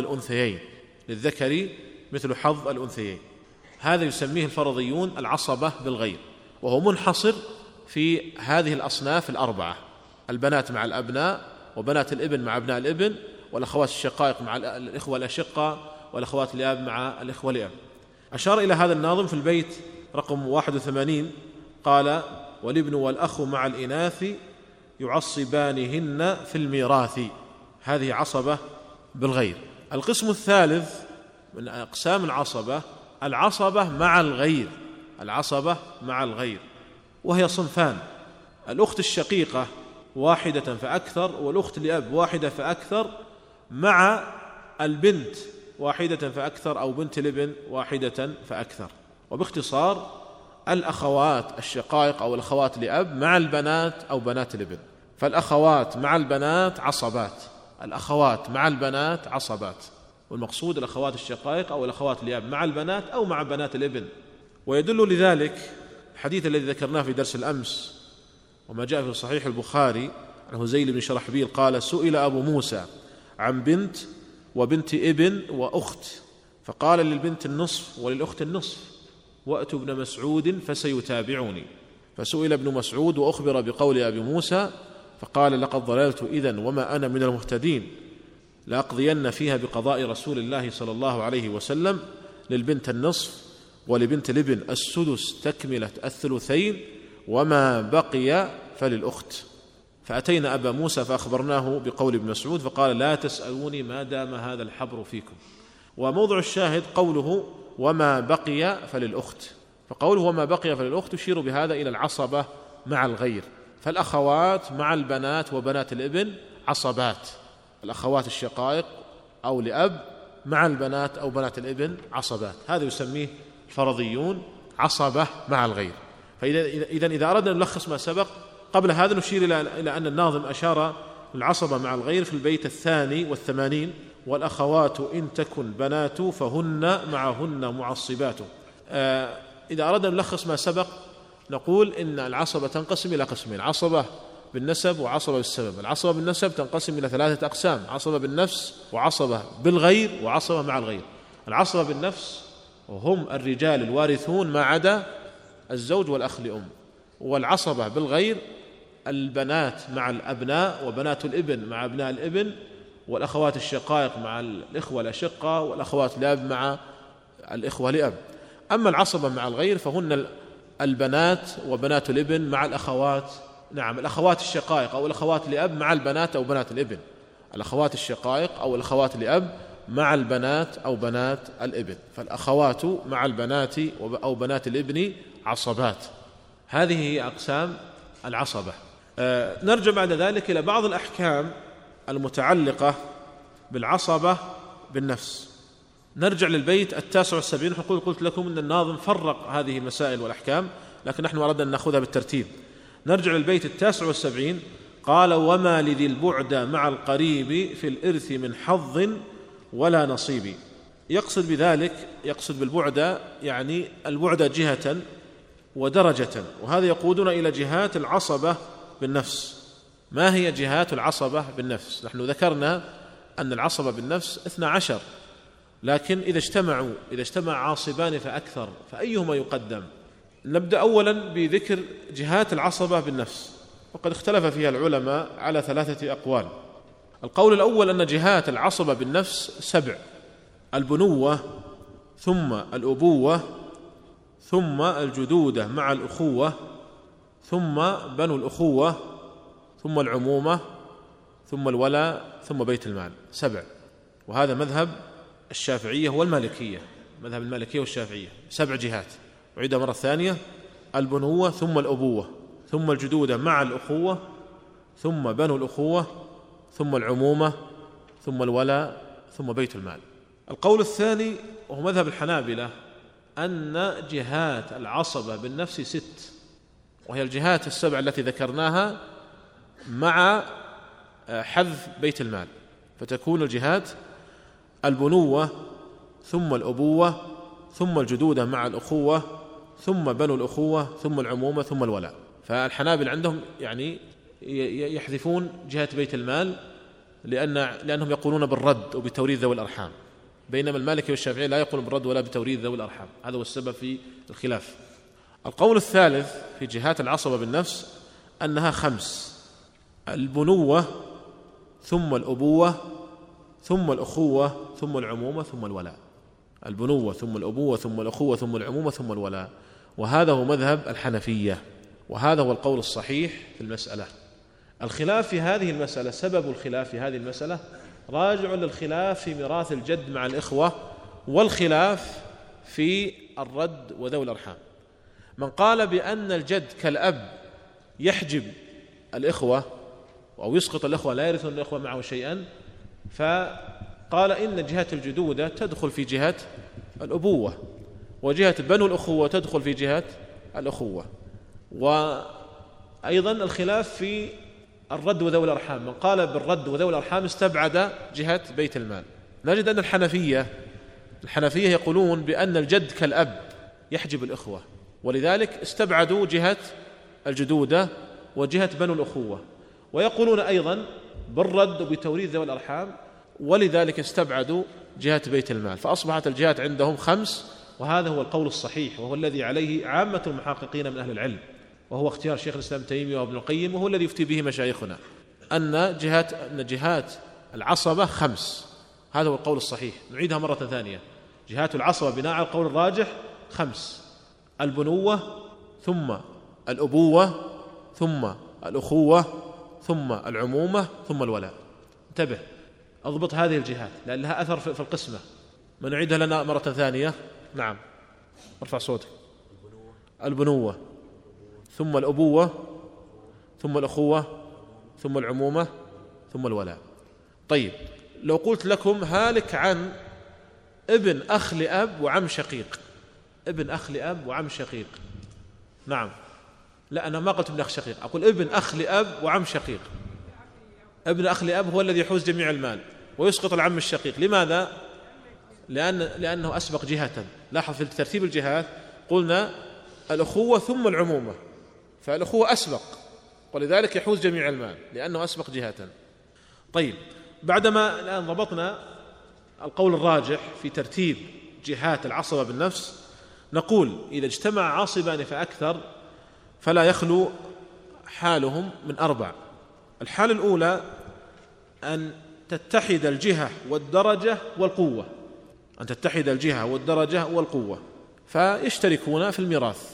الأنثيين. هذا يسميه الفرضيون العصبة بالغير، وهو منحصر في هذه الأصناف 4: البنات مع الأبناء، وبنات الابن مع أبناء الابن، والأخوات الشقائق مع الإخوة الأشقة، والأخوات الأب مع الإخوة الأب. أشار إلى هذا الناظم في البيت رقم 81، قال: والابن والأخ مع الإناث يعصبانهن في الميراث. هذه عصبة بالغير. القسم الثالث من أقسام العصبة مع الغير، وهي صنفان: الأخت الشقيقة واحدة فأكثر، والأخت لأب واحدة فأكثر، مع البنت واحدة فأكثر أو بنت الابن واحدة فأكثر. وباختصار الأخوات الشقائق أو الأخوات لأب مع البنات أو بنات الابن. فالأخوات مع البنات عصبات، والمقصود الأخوات الشقائق أو الأخوات لأب مع البنات أو مع بنات الابن. ويدل لذلك الحديث الذي ذكرناه في درس الأمس وما جاء في صحيح البخاري عن هزيل بن شرحبيل قال: سئل أبو موسى عن بنت وبنت ابن وأخت، فقال: للبنت النصف وللأخت النصف، وأتوا ابن مسعود فسيتابعني. فسئل ابن مسعود وأخبر بقول أبي موسى، فقال: لقد ضللت إذن وما أنا من المهتدين، لأقضين فيها بقضاء رسول الله صلى الله عليه وسلم، للبنت النصف ولبنت الابن السدس تكملة 2، وما بقي فللأخت. فأتينا أبا موسى فأخبرناه بقول ابن مسعود، فقال: لا تسألوني ما دام هذا الحبر فيكم. وموضع الشاهد قوله وما بقي فللأخت، فقوله وما بقي فللأخت يشير بهذا إلى العصبة مع الغير. فالأخوات مع البنات وبنات الابن عصبات، الأخوات الشقائق أو لأب مع البنات أو بنات الابن عصبات. هذا يسميه الفرضيون عصبة مع الغير. إذا أردنا نلخص ما سبق قبل هذا نشير إلى أن الناظم أشار العصبة مع الغير في البيت 82: والأخوات إن تكن بنات فهن معهن معصبات. إذا أردنا نلخص ما سبق نقول إن العصبة تنقسم إلى قسمين: عصبة بالنسب وعصبة بالسبب. العصبة بالنسب تنقسم إلى 3 أقسام: عصبة بالنفس، وعصبة بالغير، وعصبة مع الغير. العصبة بالنفس هم الرجال الوارثون ما عدا الزوج والأخ لأم. والعصبة بالغير البنات مع الأبناء، وبنات الابن مع أبناء الابن، والأخوات الشقائق مع الإخوة الأشقة، والأخوات لأب مع الإخوة لأب. أما العصبة مع الغير فهن البنات وبنات الابن مع الأخوات، نعم الأخوات الشقائق أو الأخوات لأب مع البنات أو بنات الابن، الأخوات الشقائق أو الأخوات لأب مع البنات أو بنات الابن، فالأخوات مع البنات أو بنات الابن عصبات. هذه هي أقسام العصبة. نرجع بعد ذلك إلى بعض الأحكام المتعلقة بالعصبة بالنفس. نرجع للبيت 79. قلت لكم أن الناظم فرق هذه المسائل والأحكام، لكن نحن أردنا أن نأخذها بالترتيب. نرجع للبيت 79. قال: وما لذي البعد مع القريب في الإرث من حظ ولا نصيب. يقصد بذلك، يقصد بالبعد يعني البعد جهة ودرجة، وهذا يقودنا إلى جهات العصبة بالنفس. ما هي جهات العصبة بالنفس؟ نحن ذكرنا أن العصبة بالنفس 12، لكن إذا اجتمع عاصبان فأكثر فأيهما يقدم؟ نبدأ أولا بذكر جهات العصبة بالنفس، وقد اختلف فيها العلماء على 3 أقوال. القول الأول أن جهات العصبة بالنفس 7: البنوة، ثم الأبوة، ثم الجدودة مع الأخوة، ثم بنو الأخوة، ثم العمومة، ثم الولاء، ثم بيت المال. 7. وهذا مذهب الشافعية والمالكية، مذهب المالكية والشافعية. 7 جهات. أعيدها مرة ثانية: البنوة، ثم الأبوة، ثم الجدودة مع الأخوة، ثم بنو الأخوة، ثم العمومة، ثم الولاء، ثم بيت المال. القول الثاني وهو مذهب الحنابلة أن جهات العصبة بالنفس 6، وهي الجهات 7 التي ذكرناها مع حذف بيت المال، فتكون الجهات البنوة، ثم الأبوة، ثم الجدودة مع الأخوة، ثم بنو الأخوة، ثم العمومة، ثم الولاء. فالحنابل عندهم يعني يحذفون جهة بيت المال لأنهم يقولون بالرد وبتوريث ذوي الأرحام، بينما المالكي والشافعي لا يقولون بالرد ولا بتوريث ذوي الأرحام. هذا هو السبب في الخلاف. القول الثالث في جهات العصبة بالنفس أنها 5: البنوة، ثم الأبوة، ثم الأخوة، ثم العمومة، ثم الولاء. البنوة، ثم الأبوة، ثم الأخوة، ثم العمومة، ثم الولاء. وهذا هو مذهب الحنفية، وهذا هو القول الصحيح في المسألة. الخلاف في هذه المسألة، سبب الخلاف في هذه المسألة راجع للخلاف في ميراث الجد مع الإخوة، والخلاف في الرد وذوي الأرحام. من قال بأن الجد كالأب يحجب الإخوة أو يسقط الإخوة، لا يرثون الإخوة معه شيئا، فقال إن جهة الجدودة تدخل في جهة الأبوة، وجهة بنو الأخوة تدخل في جهة الأخوة. وأيضا الخلاف في الرد وذوي الأرحام، من قال بالرد وذوي الأرحام استبعد جهة بيت المال. نجد أن الحنفية يقولون بأن الجد كالأب يحجب الإخوة، ولذلك استبعدوا جهة الجدودة وجهة بنو الأخوة، ويقولون أيضا بالرد وبتوريث ذوي الأرحام، ولذلك استبعدوا جهة بيت المال. فأصبحت الجهات عندهم 5، وهذا هو القول الصحيح، وهو الذي عليه عامة المحققين من أهل العلم، وهو اختيار شيخ الإسلام تيمية وابن القيم، وهو الذي يفتي به مشايخنا، أن جهات العصبة 5. هذا هو القول الصحيح. نعيدها مرة ثانية: جهات العصبة بناء على القول الراجح 5: البنوة، ثم الأبوة، ثم الأخوة، ثم العمومة، ثم الولاء. انتبه، أضبط هذه الجهات لأن لها أثر في القسمة. من نعيدها لنا مرة ثانية؟ نعم، ارفع صوتك. البنوة، ثم الأبوة، ثم الأخوة، ثم العمومة، ثم الولاء. طيب، لو قلت لكم هالك عن ابن أخ لأب وعم شقيق، ابن أخ لأب وعم شقيق، نعم، لا أنا ما قلت ابن أخ شقيق، أقول ابن أخ لأب وعم شقيق. ابن أخ لأب هو الذي يحوز جميع المال ويسقط العم الشقيق. لماذا؟ لأنه أسبق جهة. لاحظ في ترتيب الجهات قلنا الأخوة ثم العمومة، فالأخوة أسبق، ولذلك يحوز جميع المال لأنه أسبق جهة. طيب، بعدما الآن ضبطنا القول الراجح في ترتيب جهات العصبة بالنفس، نقول إذا اجتمع عاصبان فأكثر فلا يخلو حالهم من 4. الحالة الأولى أن تتحد الجهة والدرجة والقوة، أن تتحد الجهة والدرجة والقوة، فيشتركون في الميراث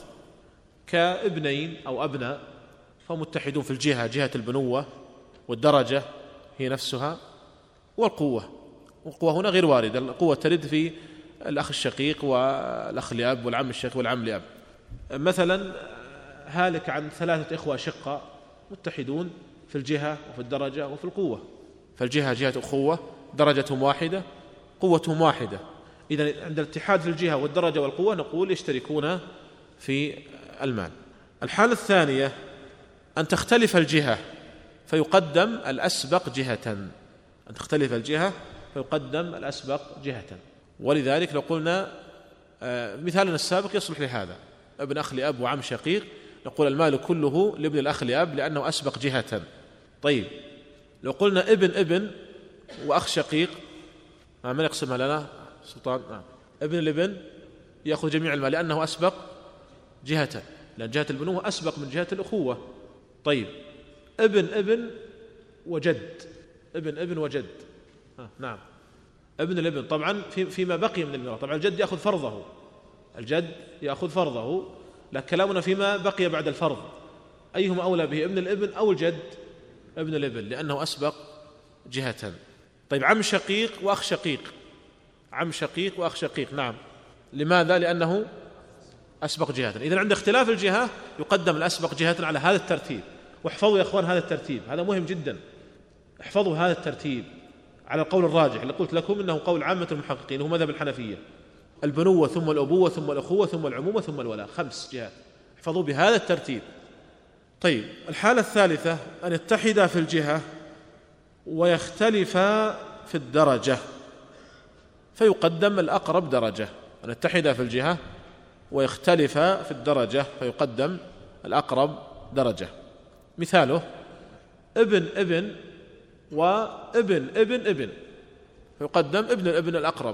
كابنين أو أبناء، فمتحدون في الجهة، جهة البنوة، والدرجة هي نفسها، والقوة هنا غير واردة. القوة ترد في الأخ الشقيق والأخ لأب والعم الشقيق والعم لأب. مثلا هالك عن 3 إخوة أشقاء متحدون في الجهة وفي الدرجة وفي القوة، فالجهة جهة أخوة، درجتهم واحدة، قوتهم واحدة. إذن عند الاتحاد في الجهة والدرجة والقوة نقول يشتركون في المال. الحالة الثانية أن تختلف الجهة فيقدم الأسبق جهة، أن تختلف الجهة فيقدم الأسبق جهة. ولذلك لو قلنا مثالنا السابق يصلح لهذا، ابن أخ لأب وعم شقيق، نقول المال كله لابن الأخ لأب لأنه أسبق جهة. طيب لو قلنا ابن وأخ شقيق، من يقسمها لنا سلطان؟ ابن الابن يأخذ جميع المال لأنه أسبق جهة، لأن جهة البنوة أسبق من جهة الأخوة. طيب ابن وجد، ابن وجد، نعم، ابن الابن طبعا فيما بقي من الميراث. طبعا الجد يأخذ فرضه، الجد يأخذ فرضه، لكن كلامنا فيما بقي بعد الفرض، أيهما أولى به، ابن الابن أو الجد؟ ابن الابن لأنه أسبق جهة. طيب عم شقيق وأخ شقيق، عم شقيق وأخ شقيق، نعم، لماذا؟ لأنه أسبق جهة. إذن عند اختلاف الجهة يقدم الأسبق جهة على هذا الترتيب. واحفظوا يا أخوان هذا الترتيب، هذا مهم جدا، احفظوا هذا الترتيب على القول الراجح اللي قلت لكم إنه قول عامة المحققين، هو مذهب الحنفية: البنوة ثم الأبوة ثم الأخوة ثم العمومة ثم الولاء، 5 جهات، احفظوا بهذا الترتيب. طيب الحالة الثالثة أن يتحدا في الجهة ويختلفا في الدرجة فيقدم الأقرب درجة. أن يتحدا في الجهة ويختلفا في الدرجة فيقدم الأقرب درجة. مثاله ابن وابن فيقدم ابن الابن الأقرب.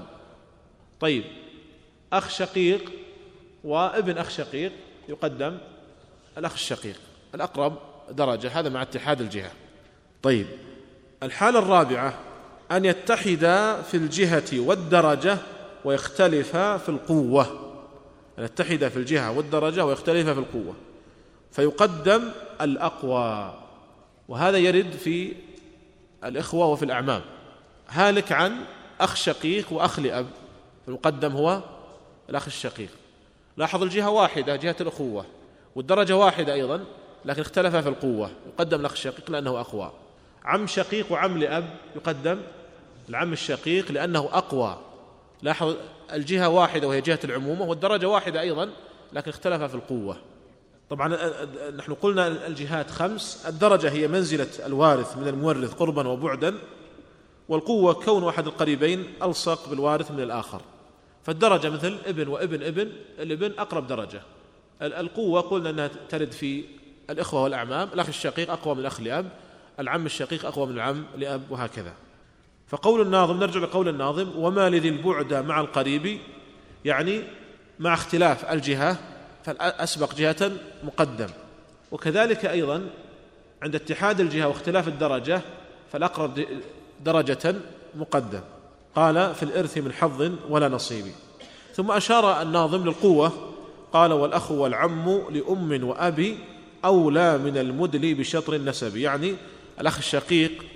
طيب أخ شقيق وابن أخ شقيق يقدم الأخ الشقيق الأقرب درجة، هذا مع اتحاد الجهة. طيب الحالة الرابعة أن يتحدا في الجهة والدرجة ويختلفا في القوة، أن يتحدا في الجهة والدرجة ويختلفا في القوة فيقدم الأقوى. وهذا يرد في الإخوة وفي الأعمام. هالك عن أخ شقيق وأخ لأب فيقدم هو الأخ الشقيق. لاحظ الجهة واحدة، جهة الأخوة، والدرجة واحدة أيضا، لكن اختلفا في القوة، يقدم الأخ الشقيق لأنه أقوى. عم شقيق وعم لأب يقدم العم الشقيق لأنه أقوى. لاحظ الجهة واحدة وهي جهة العمومة، والدرجة واحدة أيضا لكن اختلفا في القوة. طبعا نحن قلنا الجهات 5، الدرجة هي منزلة الوارث من المورث قربا وبعدا، والقوة كون أحد القريبين ألصق بالوارث من الآخر. فالدرجة مثل ابن وابن الابن أقرب درجة. القوة قلنا أنها ترد في الإخوة والأعمام، الأخ الشقيق أقوى من الأخ لأب، العم الشقيق أقوى من العم لأب، وهكذا. فقول الناظم، نرجع لقول الناظم: وما لذي البعد مع القريب، يعني مع اختلاف الجهة فالأسبق جهة مقدم. وكذلك أيضا عند اتحاد الجهة واختلاف الدرجة فالأقرب درجة مقدم. قال: في الإرث من حظ ولا نصيب. ثم أشار الناظم للقوة، قال: والأخ والعم لأم وأبي أولى من المدلي بشطر النسب، يعني الأخ الشقيق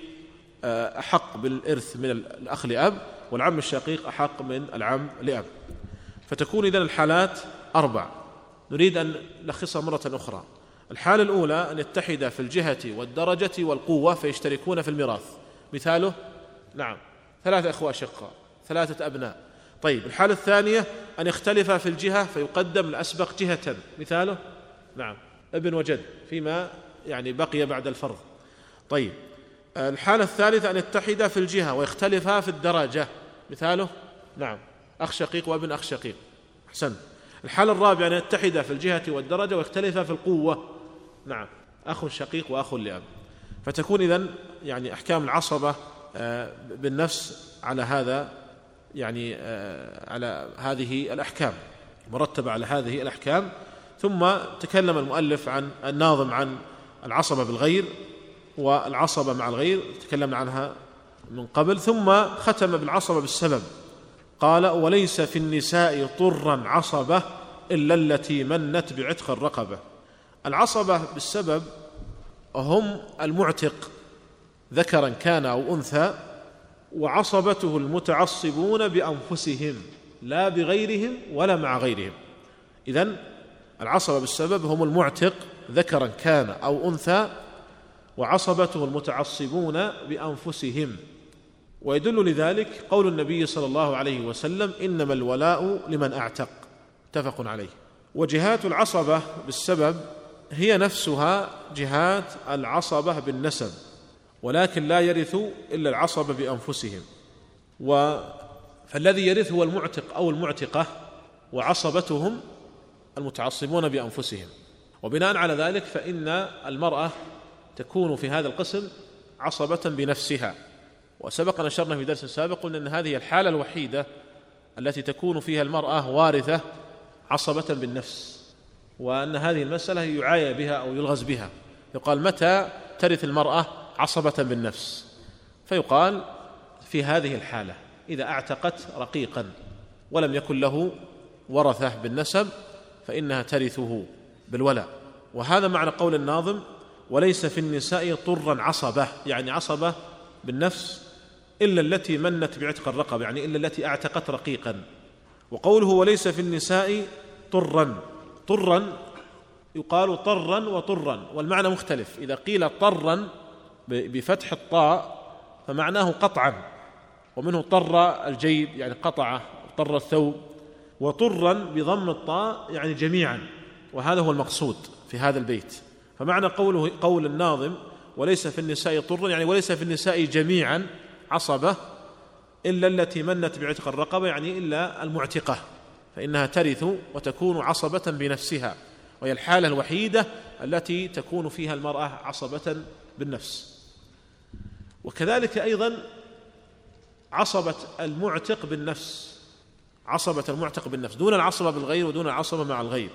أحق بالإرث من الأخ لأب، والعم الشقيق أحق من العم لأب. فتكون إذن الحالات 4. نريد أن نلخصها مرة أخرى. الحالة الأولى أن يتحد في الجهة والدرجة والقوة فيشتركون في الميراث. مثاله نعم 3 أخوة أشقاء، 3 أبناء. طيب الحالة الثانية أن يختلف في الجهة فيقدم الأسبق جهة. مثاله نعم ابن وجد فيما يعني بقي بعد الفرض. طيب الحالة الثالثة أن يتحد في الجهة ويختلفا في الدرجة. مثاله نعم أخ شقيق وابن أخ شقيق. أحسن. الحالة الرابعة أن يتحد في الجهة والدرجة ويختلفا في القوة. نعم أخ شقيق وأخ لأب. فتكون إذن يعني أحكام العصبة بالنفس على هذا، يعني على هذه الأحكام، مرتبة على هذه الأحكام. ثم تكلم المؤلف عن الناظم عن العصبة بالغير والعصبة مع الغير، تكلمنا عنها من قبل، ثم ختم بالعصبة بالسبب، قال وليس في النساء طرا عصبة إلا التي منت بعتق الرقبة. العصبة بالسبب هم المعتق ذكرا كان أو أنثى، وعصبته المتعصبون بأنفسهم لا بغيرهم ولا مع غيرهم. إذن العصبة بالسبب هم المعتق ذكرا كان أو أنثى، وعصبته المتعصبون بأنفسهم. ويدل لذلك قول النبي صلى الله عليه وسلم إنما الولاء لمن أعتق، متفق عليه. وجهات العصبة بالسبب هي نفسها جهات العصبة بالنسب، ولكن لا يرث إلا العصبة بأنفسهم. فالذي يرث هو المعتق أو المعتقة، وعصبتهم المتعصبون بأنفسهم. وبناء على ذلك فإن المرأة تكون في هذا القسم عصبة بنفسها. وسبق أن أشرنا في درس سابق أن هذه الحالة الوحيدة التي تكون فيها المرأة وارثة عصبة بالنفس، وأن هذه المسألة يعايى بها أو يلغز بها. يقال متى ترث المرأة عصبة بالنفس؟ فيقال في هذه الحالة إذا أعتقت رقيقا ولم يكن له ورثة بالنسب فإنها ترثه بالولاء. وهذا معنى قول الناظم وليس في النساء طرا عصبة، يعني عصبة بالنفس إلا التي منت بعتق الرقبة، يعني إلا التي أعتقت رقيقا. وقوله وليس في النساء طرا، طرا يقال طرا وطرا، والمعنى مختلف. إذا قيل طرا بفتح الطاء فمعناه قطعا، ومنه طر الجيب يعني قطعه، طر الثوب. وطرا بضم الطاء يعني جميعا، وهذا هو المقصود في هذا البيت. فمعنى قول الناظم وليس في النساء طرا يعني وليس في النساء جميعا عصبة إلا التي منت بعتق الرقبة، يعني إلا المعتقة، فإنها ترث وتكون عصبة بنفسها، وهي الحالة الوحيدة التي تكون فيها المرأة عصبة بالنفس. وكذلك أيضا عصبة المعتق بالنفس، عصبة المعتق بالنفس دون العصبة بالغير ودون العصبة مع الغير.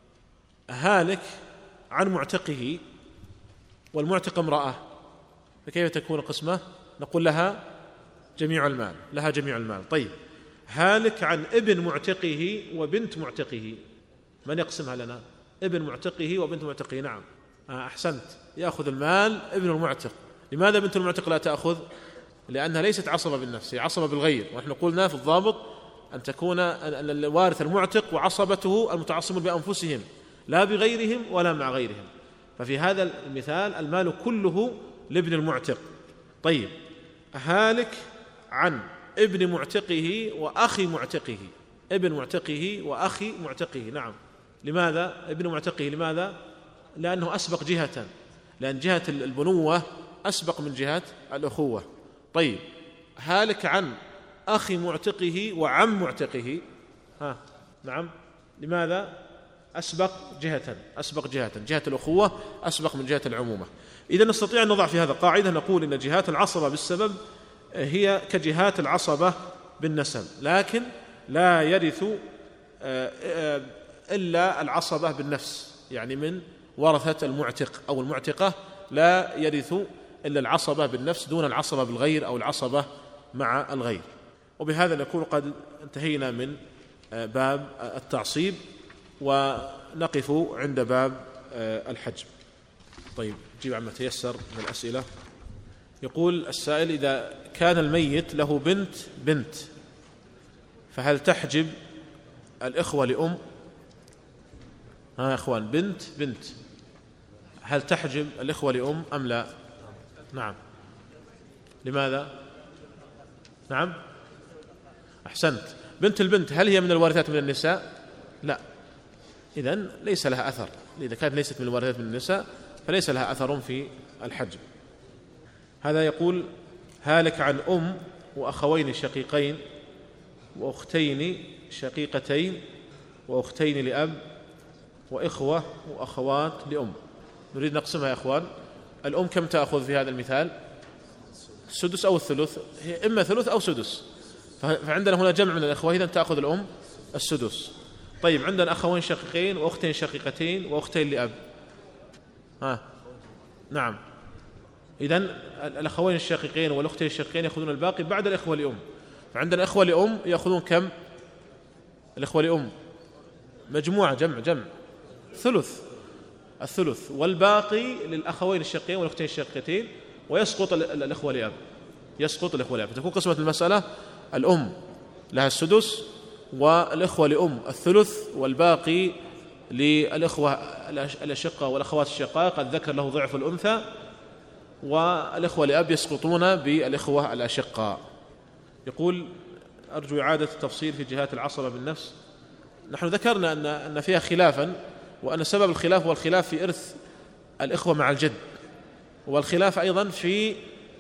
هالك عن معتقه، والمعتق امرأة، فكيف تكون قسمة؟ نقول لها جميع المال، لها جميع المال. طيب هالك عن ابن معتقه وبنت معتقه، من يقسمها لنا؟ ابن معتقه وبنت معتقه. نعم أحسنت، يأخذ المال ابن المعتق. لماذا بنت المعتق لا تأخذ؟ لأنها ليست عصبة بالنفس، هي عصبة بالغير. ونحن قلنا في الضابط أن تكون الوارث المعتق وعصبته المتعصبون بأنفسهم لا بغيرهم ولا مع غيرهم. ففي هذا المثال المال كله لابن المعتق. طيب هالك عن ابن معتقه وأخي معتقه، ابن معتقه وأخي معتقه. نعم، لماذا ابن معتقه؟ لماذا؟ لأنه أسبق جهة، لأن جهة البنوة أسبق من جهة الأخوة. طيب هالك عن أخي معتقه وعم معتقه، نعم، لماذا؟ أسبق جهة، أسبق جهة الأخوة أسبق من جهة العمومة. إذا نستطيع أن نضع في هذا قاعدة، نقول إن جهات العصبة بالسبب هي كجهات العصبة بالنسب، لكن لا يرث إلا العصبة بالنفس، يعني من ورثة المعتق أو المعتقة لا يرث إلا العصبة بالنفس دون العصبة بالغير أو العصبة مع الغير. وبهذا نكون قد انتهينا من باب التعصيب، ونقف عند باب الحجب. طيب جيب عما تيسر من الأسئلة. يقول السائل إذا كان الميت له بنت فهل تحجب الإخوة لأم؟ يا أخوان، بنت هل تحجب الإخوة لأم أم لا؟ نعم. لماذا؟ نعم أحسنت. بنت البنت هل هي من الوارثات من النساء؟ لا، إذن ليس لها أثر. إذا كانت ليست من الوارثات من النساء فليس لها أثر في الحجب. هذا يقول هالك عن أم وأخوين شقيقين وأختين شقيقتين وأختين لأب وإخوة وأخوات لأم. نريد نقسمها يا أخوان. الأم كم تأخذ في هذا المثال؟ السدس أو الثلث؟ هي إما ثلث أو سدس، فعندنا هنا جمع من الإخوة، إذن تأخذ الأم السدس. طيب عندنا أخوين شقيقين وأختين شقيقتين وأختين لأب. نعم إذن الأخوين الشقيقين والأختين الشقيقين يأخذون الباقي بعد الإخوة لأم. فعندنا إخوة لأم يأخذون كم؟ الإخوة لأم مجموعة جمع الثلث، والباقي للأخوين الشقيقين والأختين الشقيقتين، ويسقط الإخوة لأب، فتكون قسمة المسألة: الأم لها السدس، والإخوة لأم الثلث، والباقي للإخوة الأشقة والأخوات الشقائق الذكر له ضعف الأنثى، والإخوة لأب يسقطون بالإخوة الأشقاء. يقول: أرجو إعادة التفصيل في جهات العصبة بالنفس. نحن ذكرنا أن فيها خلافا، وأن سبب الخلاف هو الخلاف في إرث الإخوة مع الجد، والخلاف أيضا في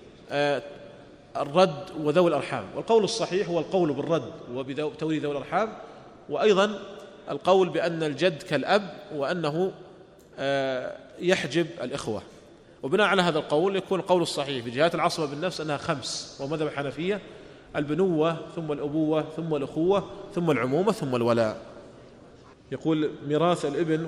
الرد وذوي الأرحام. والقول الصحيح هو القول بالرد وبتولي ذوي الأرحام، وأيضا القول بأن الجد كالأب وأنه يحجب الإخوة. وبناء على هذا القول يكون القول الصحيح في جهات العصبة بالنفس أنها 5، ومذهب الحنفية: البنوة، ثم الأبوة، ثم الأخوة، ثم العمومة، ثم الولاء. يقول: ميراث الابن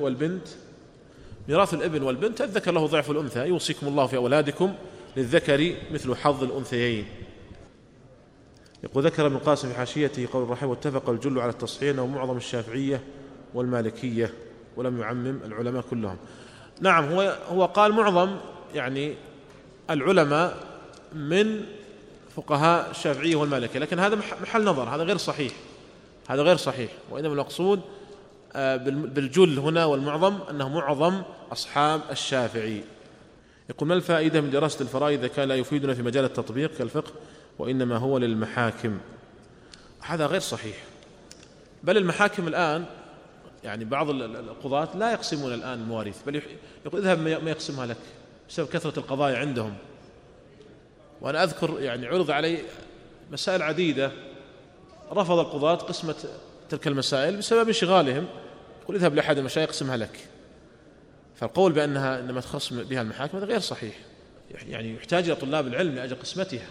والبنت الذكر له ضعف الأنثى، يوصيكم الله في أولادكم للذكر مثل حظ الأنثيين. يقول: ذكر ابن القاسم في حاشيته قول الرحيم: واتفق الجل على التصحيح أنه معظم الشافعية والمالكية، ولم يعمم العلماء كلهم. نعم، هو قال معظم يعني العلماء من فقهاء الشافعية والمالكية، لكن هذا محل نظر، هذا غير صحيح، وإنما المقصود بالجل هنا والمعظم أنه معظم أصحاب الشافعي. يقول: ما الفائدة من دراسة الفرائض إذا كان لا يفيدنا في مجال التطبيق كالفقه، وإنما هو للمحاكم؟ هذا غير صحيح، بل المحاكم الآن يعني بعض القضاة لا يقسمون الآن المواريث، بل يقول: اذهب ما يقسمها لك، بسبب كثرة القضايا عندهم. وأنا أذكر يعني عرض علي مسائل عديدة رفض القضاة قسمة تلك المسائل بسبب انشغالهم، يقول: اذهب لأحد المشايخ يقسمها لك. فالقول بأنها إنما تخص بها المحاكم هذا غير صحيح، يعني يحتاج إلى طلاب العلم لأجل قسمتها.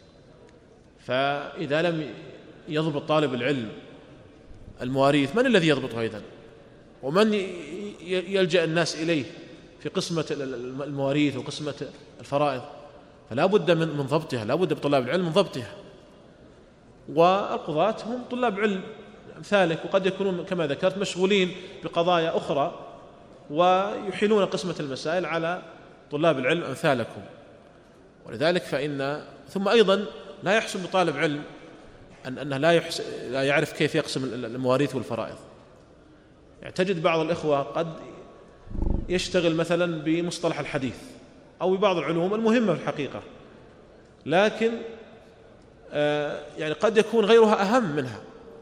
فإذا لم يضبط طالب العلم المواريث، من الذي يضبطها إذن؟ ومن يلجأ الناس إليه في قسمة المواريث وقسمة الفرائض؟ فلا بد من ضبطها، لا بد بطلاب العلم من ضبطها. والقضاة هم طلاب علم أمثالك، وقد يكونون كما ذكرت مشغولين بقضايا أخرى، ويحيلون قسمة المسائل على طلاب العلم أمثالكم. ولذلك ثم أيضا لا يحسن بطالب علم أنه لا يعرف كيف يقسم المواريث والفرائض. يعني تجد بعض الإخوة قد يشتغل مثلا بمصطلح الحديث أو ببعض العلوم المهمة في الحقيقة، لكن يعني قد يكون غيرها أهم منها،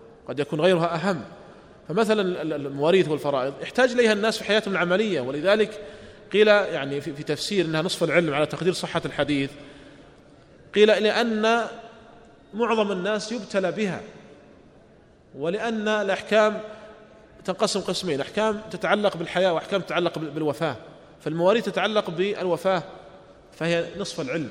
فمثلا المواريث والفرائض يحتاج إليها الناس في حياتهم العملية. ولذلك قيل يعني في تفسير أنها نصف العلم على تقدير صحة الحديث، قيل لأن معظم الناس يبتلى بها، ولأن الأحكام تنقسم قسمين: أحكام تتعلق بالحياة وأحكام تتعلق بالوفاة. فالمواريث تتعلق بالوفاة فهي نصف العلم،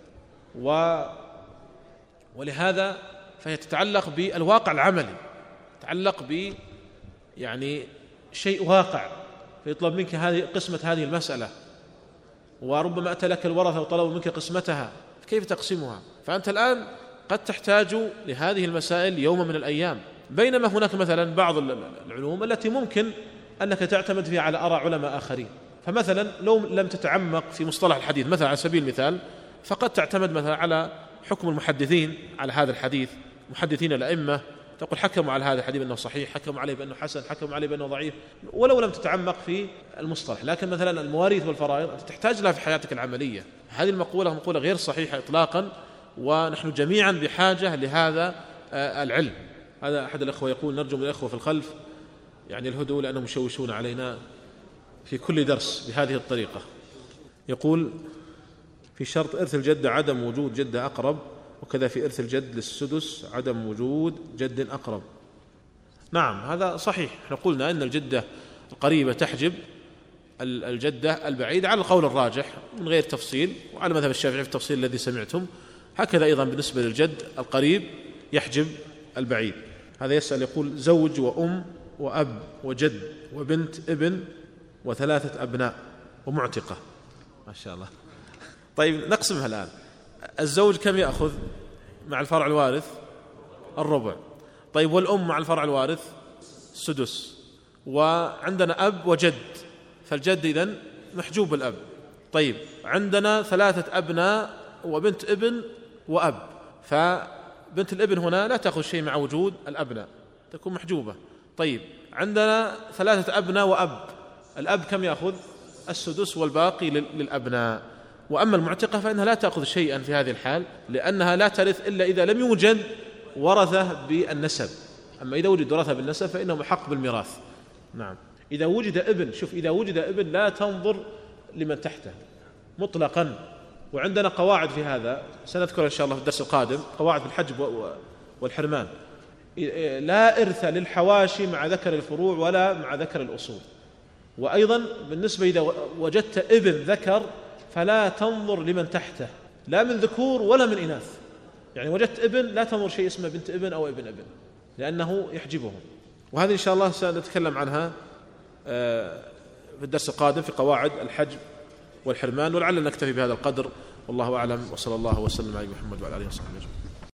ولهذا فهي تتعلق بالواقع العملي، تتعلق يعني شيء واقع، فيطلب منك قسمة هذه المسألة، وربما أتى لك الورثة وطلبوا منك قسمتها، كيف تقسمها؟ فأنت الآن قد تحتاج لهذه المسائل يوم من الأيام، بينما هناك مثلا بعض العلوم التي ممكن أنك تعتمد فيها على آراء علماء آخرين. فمثلا لو لم تتعمق في مصطلح الحديث مثلا على سبيل المثال، فقد تعتمد مثلا على حكم المحدثين على هذا الحديث، محدثين الأئمة، تقول حكموا على هذا الحديث بأنه صحيح، حكموا عليه بأنه حسن، حكموا عليه بأنه ضعيف، ولو لم تتعمق في المصطلح. لكن مثلا المواريث والفرائض أنت تحتاج لها في حياتك العملية. هذه المقولة مقولة غير صحيحة إطلاقا، ونحن جميعا بحاجة لهذا العلم. هذا أحد الأخوة يقول: نرجو من الأخوة في الخلف يعني الهدوء، لأنهم يشوشون علينا في كل درس بهذه الطريقة. يقول: في شرط إرث الجدة عدم وجود جدة أقرب، وكذا في إرث الجد للسدس عدم وجود جد أقرب. نعم، هذا صحيح. احنا قلنا أن الجدة القريبة تحجب الجدة البعيدة على القول الراجح من غير تفصيل، وعلى مذهب الشافعي في التفصيل الذي سمعتم. هكذا أيضا بالنسبة للجد القريب يحجب البعيد. هذا يسأل يقول: زوج وأم وأب وجد وبنت ابن وثلاثة أبناء ومعتقة. ما شاء الله. طيب نقسمها الآن. الزوج كم يأخذ مع الفرع الوارث؟ الربع. طيب والأم مع الفرع الوارث؟ السدس. وعندنا أب وجد، فالجد إذن محجوب الأب. طيب عندنا 3 أبناء وبنت ابن وأب، فبنت الابن هنا لا تأخذ شيء مع وجود الأبناء، تكون محجوبة. طيب عندنا 3 أبناء وأب، الأب كم يأخذ؟ السدس والباقي للأبناء. وأما المعتقة فإنها لا تأخذ شيئا في هذه الحال، لأنها لا ترث إلا إذا لم يوجد ورثة بالنسب. أما إذا وجد ورثة بالنسب فإنهم حق بالميراث. نعم. إذا وجد ابن، شوف، إذا وجد ابن لا تنظر لمن تحته مطلقا. وعندنا قواعد في هذا سنذكر إن شاء الله في الدرس القادم، قواعد في الحجب والحرمان. لا إرث للحواشي مع ذكر الفروع ولا مع ذكر الأصول. وأيضا بالنسبة إذا وجدت ابن ذكر فلا تنظر لمن تحته، لا من ذكور ولا من إناث. يعني وجدت ابن لا تنظر شيء اسمه بنت ابن أو ابن ابن، لأنه يحجبهم. وهذه إن شاء الله سنتكلم عنها في الدرس القادم في قواعد الحجب والحرمان، ولعل نكتفي بهذا القدر، والله أعلم، وصلى الله وسلم على محمد وعلى آله وصحبه أجمعين.